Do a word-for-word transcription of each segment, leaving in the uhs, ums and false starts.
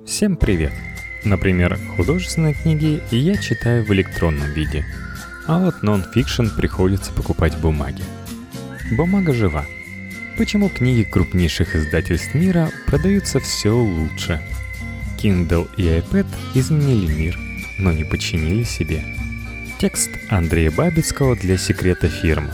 Всем привет! Например, художественные книги я читаю в электронном виде, а вот нон-фикшн приходится покупать в бумаге. Бумага жива. Почему книги крупнейших издательств мира продаются все лучше? Kindle и iPad изменили мир, но не подчинили себе. Текст Андрея Бабицкого для «Секрета фирмы».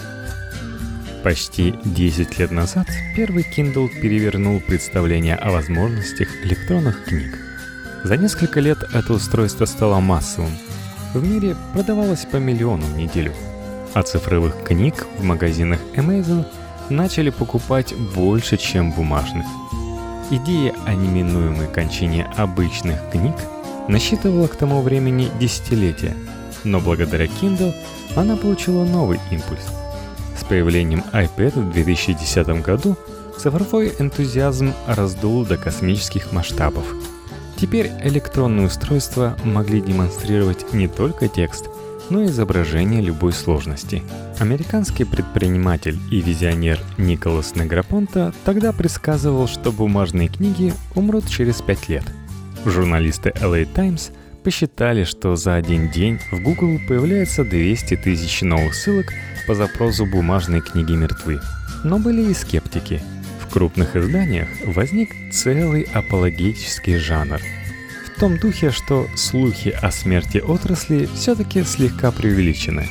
Почти десять лет назад первый Kindle перевернул представление о возможностях электронных книг. За несколько лет это устройство стало массовым. В мире продавалось по миллиону в неделю. А цифровых книг в магазинах Amazon начали покупать больше, чем бумажных. Идея о неминуемой кончине обычных книг насчитывала к тому времени десятилетия, но благодаря Kindle она получила новый импульс. С появлением iPad в две тысячи десятом году цифровой энтузиазм раздул до космических масштабов. Теперь электронные устройства могли демонстрировать не только текст, но и изображение любой сложности. Американский предприниматель и визионер Николас Негропонто тогда предсказывал, что бумажные книги умрут через пять лет. Журналисты эл эй Times посчитали, что за один день в Google появляется двести тысяч новых ссылок по запросу «бумажные книги мертвы». Но были и скептики. В крупных изданиях возник целый апологетический жанр. В том духе, что слухи о смерти отрасли все-таки слегка преувеличены.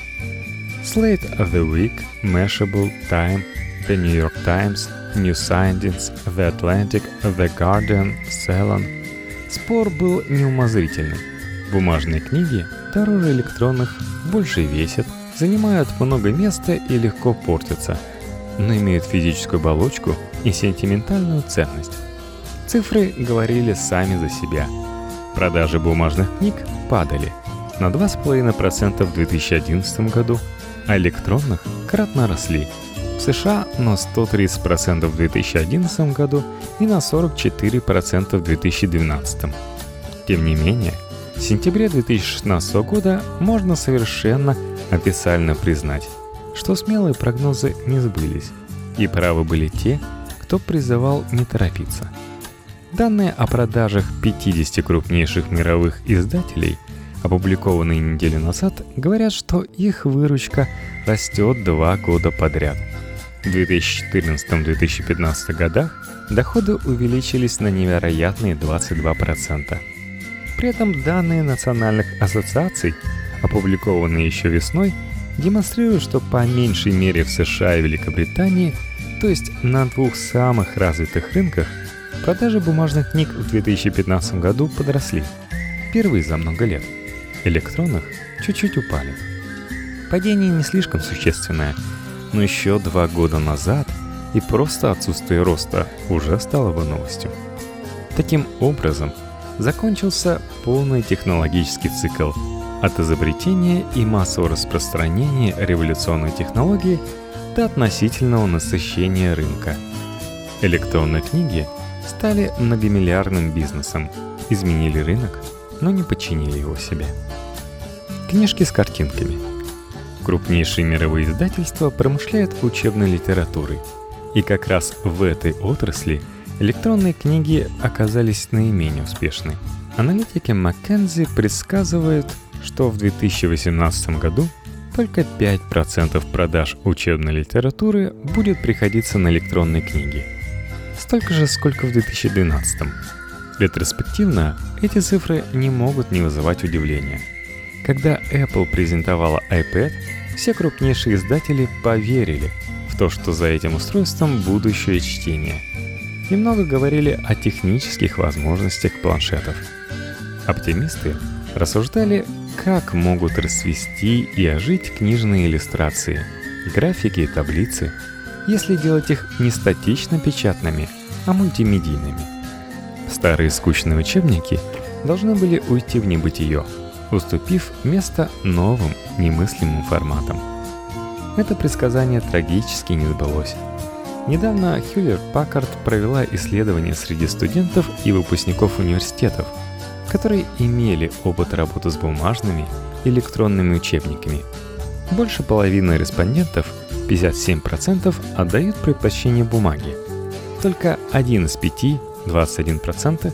Slate of the Week, Mashable, Time, The New York Times, New Scientist, The Atlantic, The Guardian, Salon. Спор был неумозрительный. Бумажные книги дороже электронных, больше весят, занимают много места и легко портятся, но имеют физическую оболочку и сентиментальную ценность. Цифры говорили сами за себя. Продажи бумажных книг падали на два целых пять десятых процента в две тысячи одиннадцатом году, а электронных кратно росли. В США на сто тридцать процентов в две тысячи одиннадцатом году и на сорок четыре процента в две тысячи двенадцатом. Тем не менее, в сентябре две тысячи шестнадцатого года можно совершенно официально признать, что смелые прогнозы не сбылись, и правы были те, кто призывал не торопиться. Данные о продажах пятидесяти крупнейших мировых издателей, опубликованные неделю назад, говорят, что их выручка растет два года подряд. В две тысячи четырнадцатом - две тысячи пятнадцатом годах доходы увеличились на невероятные двадцать два процента. При этом данные национальных ассоциаций, опубликованные еще весной, демонстрируют, что по меньшей мере в США и Великобритании, то есть на двух самых развитых рынках, продажи бумажных книг в две тысячи пятнадцатом году подросли. Впервые за много лет. Электронных чуть-чуть упали. Падение не слишком существенное, но еще два года назад и просто отсутствие роста уже стало бы новостью. Таким образом, закончился полный технологический цикл от изобретения и массового распространения революционной технологии до относительного насыщения рынка. Электронные книги стали многомиллиардным бизнесом, изменили рынок, но не подчинили его себе. Книжки с картинками. Крупнейшие мировые издательства промышляют учебной литературой, и как раз в этой отрасли электронные книги оказались наименее успешны. Аналитики McKinsey предсказывают, что в две тысячи восемнадцатом году только пять процентов продаж учебной литературы будет приходиться на электронные книги. Столько же, сколько в две тысячи двенадцатом. Ретроспективно эти цифры не могут не вызывать удивления. Когда Apple презентовала iPad, все крупнейшие издатели поверили в то, что за этим устройством будущее чтение. Немного говорили о технических возможностях планшетов. Оптимисты рассуждали, как могут расцвести и ожить книжные иллюстрации, графики и таблицы, если делать их не статично печатными, а мультимедийными. Старые скучные учебники должны были уйти в небытие, уступив место новым немыслимым форматам. Это предсказание трагически не сбылось. Недавно Хьюлетт-Паккард провела исследование среди студентов и выпускников университетов, которые имели опыт работы с бумажными и электронными учебниками. Больше половины респондентов, пятьдесят семь процентов, отдают предпочтение бумаге. Только один из пяти, двадцать один процент,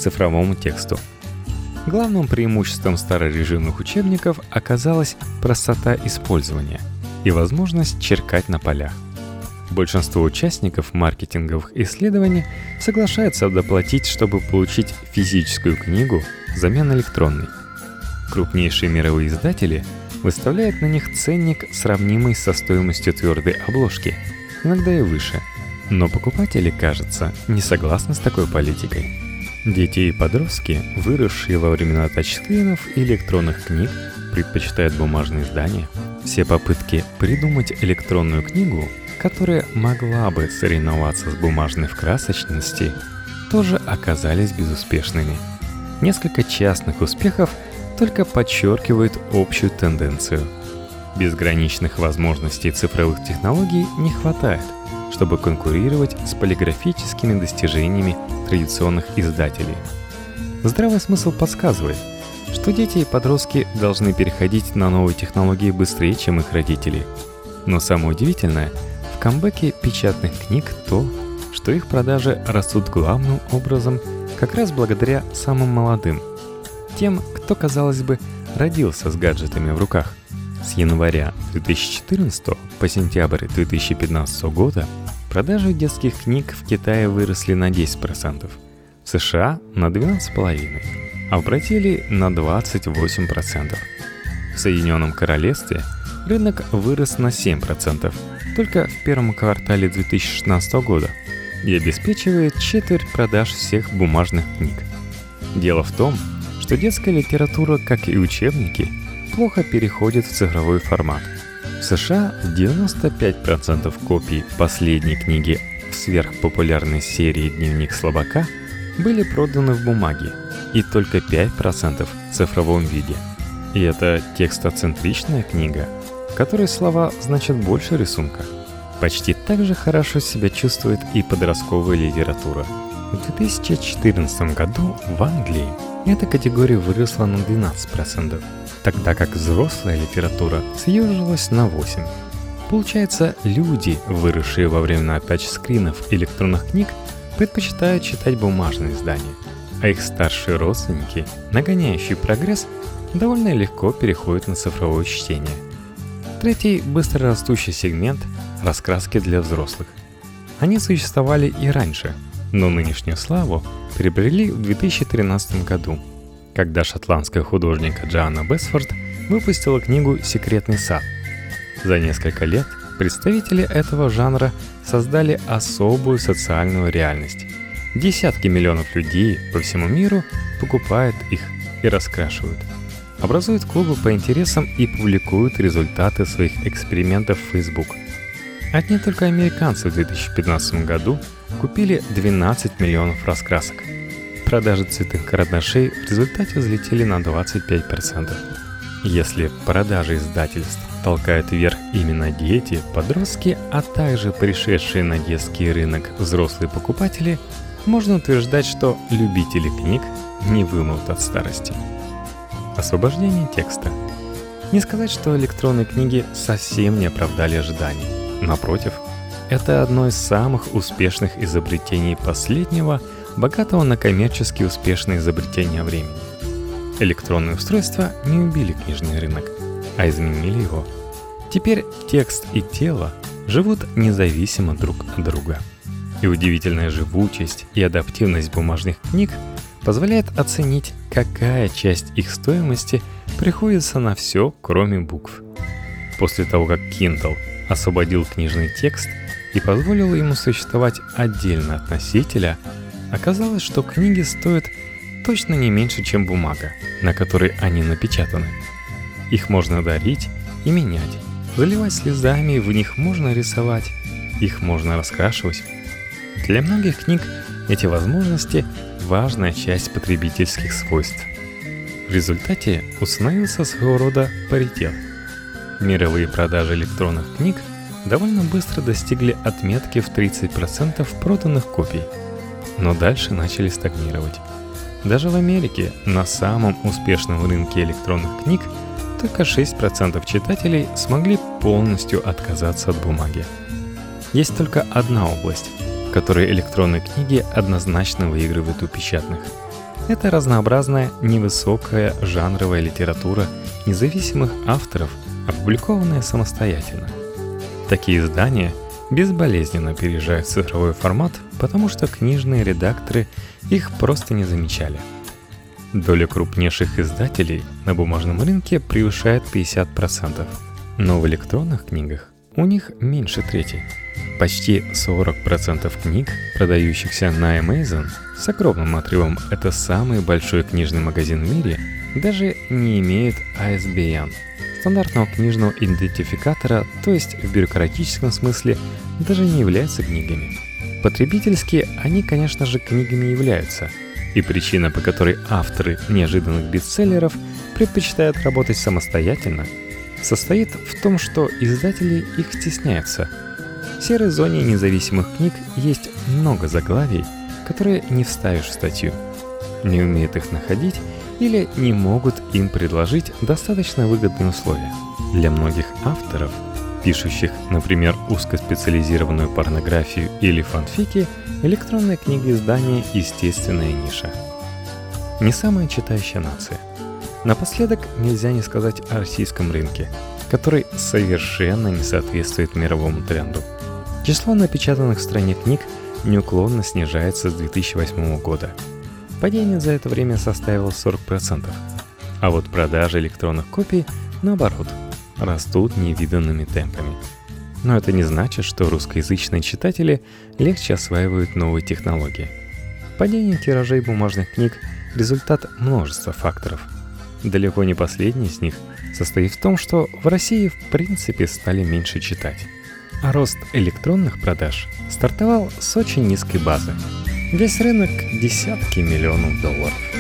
цифровому тексту. Главным преимуществом старорежимных учебников оказалась простота использования и возможность черкать на полях. Большинство участников маркетинговых исследований соглашаются доплатить, чтобы получить физическую книгу взамен электронной. Крупнейшие мировые издатели выставляют на них ценник, сравнимый со стоимостью твердой обложки, иногда и выше. Но покупатели, кажется, не согласны с такой политикой. Дети и подростки, выросшие во времена тачскринов и электронных книг, предпочитают бумажные издания. Все попытки придумать электронную книгу, которая могла бы соревноваться с бумажной в красочности, тоже оказались безуспешными. Несколько частных успехов только подчеркивают общую тенденцию. Безграничных возможностей цифровых технологий не хватает, чтобы конкурировать с полиграфическими достижениями традиционных издателей. Здравый смысл подсказывает, что дети и подростки должны переходить на новые технологии быстрее, чем их родители. Но самое удивительное в камбэке печатных книг то, что их продажи растут главным образом как раз благодаря самым молодым, тем, кто, казалось бы, родился с гаджетами в руках. С января две тысячи четырнадцатого по сентябрь две тысячи пятнадцатого года продажи детских книг в Китае выросли на десять процентов, в США на двенадцать целых пять десятых процента, а в Бразилии на двадцать восемь процентов. В Соединенном Королевстве рынок вырос на семь процентов только в первом квартале две тысячи шестнадцатого года и обеспечивает четверть продаж всех бумажных книг. Дело в том, что детская литература, как и учебники, плохо переходит в цифровой формат. В США девяносто пять процентов копий последней книги в сверхпопулярной серии «Дневник слабака» были проданы в бумаге, и только пять процентов в цифровом виде. И это текстоцентричная книга, в которой слова значат больше рисунка. Почти так же хорошо себя чувствует и подростковая литература. В две тысячи четырнадцатом году в Англии эта категория выросла на двенадцать процентов, тогда как взрослая литература съежилась на восемь процентов. Получается, люди, выросшие во времена тачскринов и электронных книг, предпочитают читать бумажные издания, а их старшие родственники, нагоняющие прогресс, довольно легко переходят на цифровое чтение. Третий быстрорастущий сегмент – раскраски для взрослых. Они существовали и раньше, но нынешнюю славу приобрели в две тысячи тринадцатом году, когда шотландская художница Джоанна Бесфорд выпустила книгу «Секретный сад». За несколько лет представители этого жанра создали особую социальную реальность. Десятки миллионов людей по всему миру покупают их и раскрашивают, образуют клубы по интересам и публикуют результаты своих экспериментов в Facebook. Одни только американцы в две тысячи пятнадцатом году купили двенадцать миллионов раскрасок. Продажи цветных карандашей в результате взлетели на двадцать пять процентов. Если продажи издательств толкают вверх именно дети, подростки, а также пришедшие на детский рынок взрослые покупатели, можно утверждать, что любители книг не вымрут от старости. Освобождение текста. Не сказать, что электронные книги совсем не оправдали ожиданий. Напротив, это одно из самых успешных изобретений последнего, богатого на коммерчески успешные изобретения времени. Электронные устройства не убили книжный рынок, а изменили его. Теперь текст и тело живут независимо друг от друга. И удивительная живучесть и адаптивность бумажных книг позволяет оценить, какая часть их стоимости приходится на все, кроме букв. После того, как Kindle освободил книжный текст и позволил ему существовать отдельно от носителя, оказалось, что книги стоят точно не меньше, чем бумага, на которой они напечатаны. Их можно дарить и менять, заливать слезами, в них можно рисовать, их можно раскрашивать. Для многих книг эти возможности – важная часть потребительских свойств. В результате установился своего рода паритет. Мировые продажи электронных книг довольно быстро достигли отметки в тридцать процентов проданных копий, но дальше начали стагнировать. Даже в Америке, на самом успешном рынке электронных книг, только шесть процентов читателей смогли полностью отказаться от бумаги. Есть только одна область, в которой электронные книги однозначно выигрывают у печатных. Это разнообразная невысокая жанровая литература независимых авторов, опубликованная самостоятельно. Такие издания безболезненно переезжают в цифровой формат, потому что книжные редакторы их просто не замечали. Доля крупнейших издателей на бумажном рынке превышает пятьдесят процентов, но в электронных книгах у них меньше трети. Почти сорок процентов книг, продающихся на Amazon, с огромным отрывом это самый большой книжный магазин в мире, даже не имеют ай эс би эн, стандартного книжного идентификатора, то есть в бюрократическом смысле даже не являются книгами. Потребительски они, конечно же, книгами являются, и причина, по которой авторы неожиданных бестселлеров предпочитают работать самостоятельно, состоит в том, что издатели их стесняются. В серой зоне независимых книг есть много заглавий, которые не вставишь в статью, не умеют их находить или не могут им предложить достаточно выгодные условия. Для многих авторов, пишущих, например, узкоспециализированную порнографию или фанфики, электронная книга-издание – естественная ниша. Не самая читающая нация. Напоследок нельзя не сказать о российском рынке, который совершенно не соответствует мировому тренду. Число напечатанных в стране книг неуклонно снижается с две тысячи восьмого года. Падение за это время составило сорок процентов. А вот продажи электронных копий, наоборот, растут невиданными темпами. Но это не значит, что русскоязычные читатели легче осваивают новые технологии. Падение тиражей бумажных книг – результат множества факторов. Далеко не последний из них состоит в том, что в России в принципе стали меньше читать. А рост электронных продаж стартовал с очень низкой базы. Весь рынок – десятки миллионов долларов.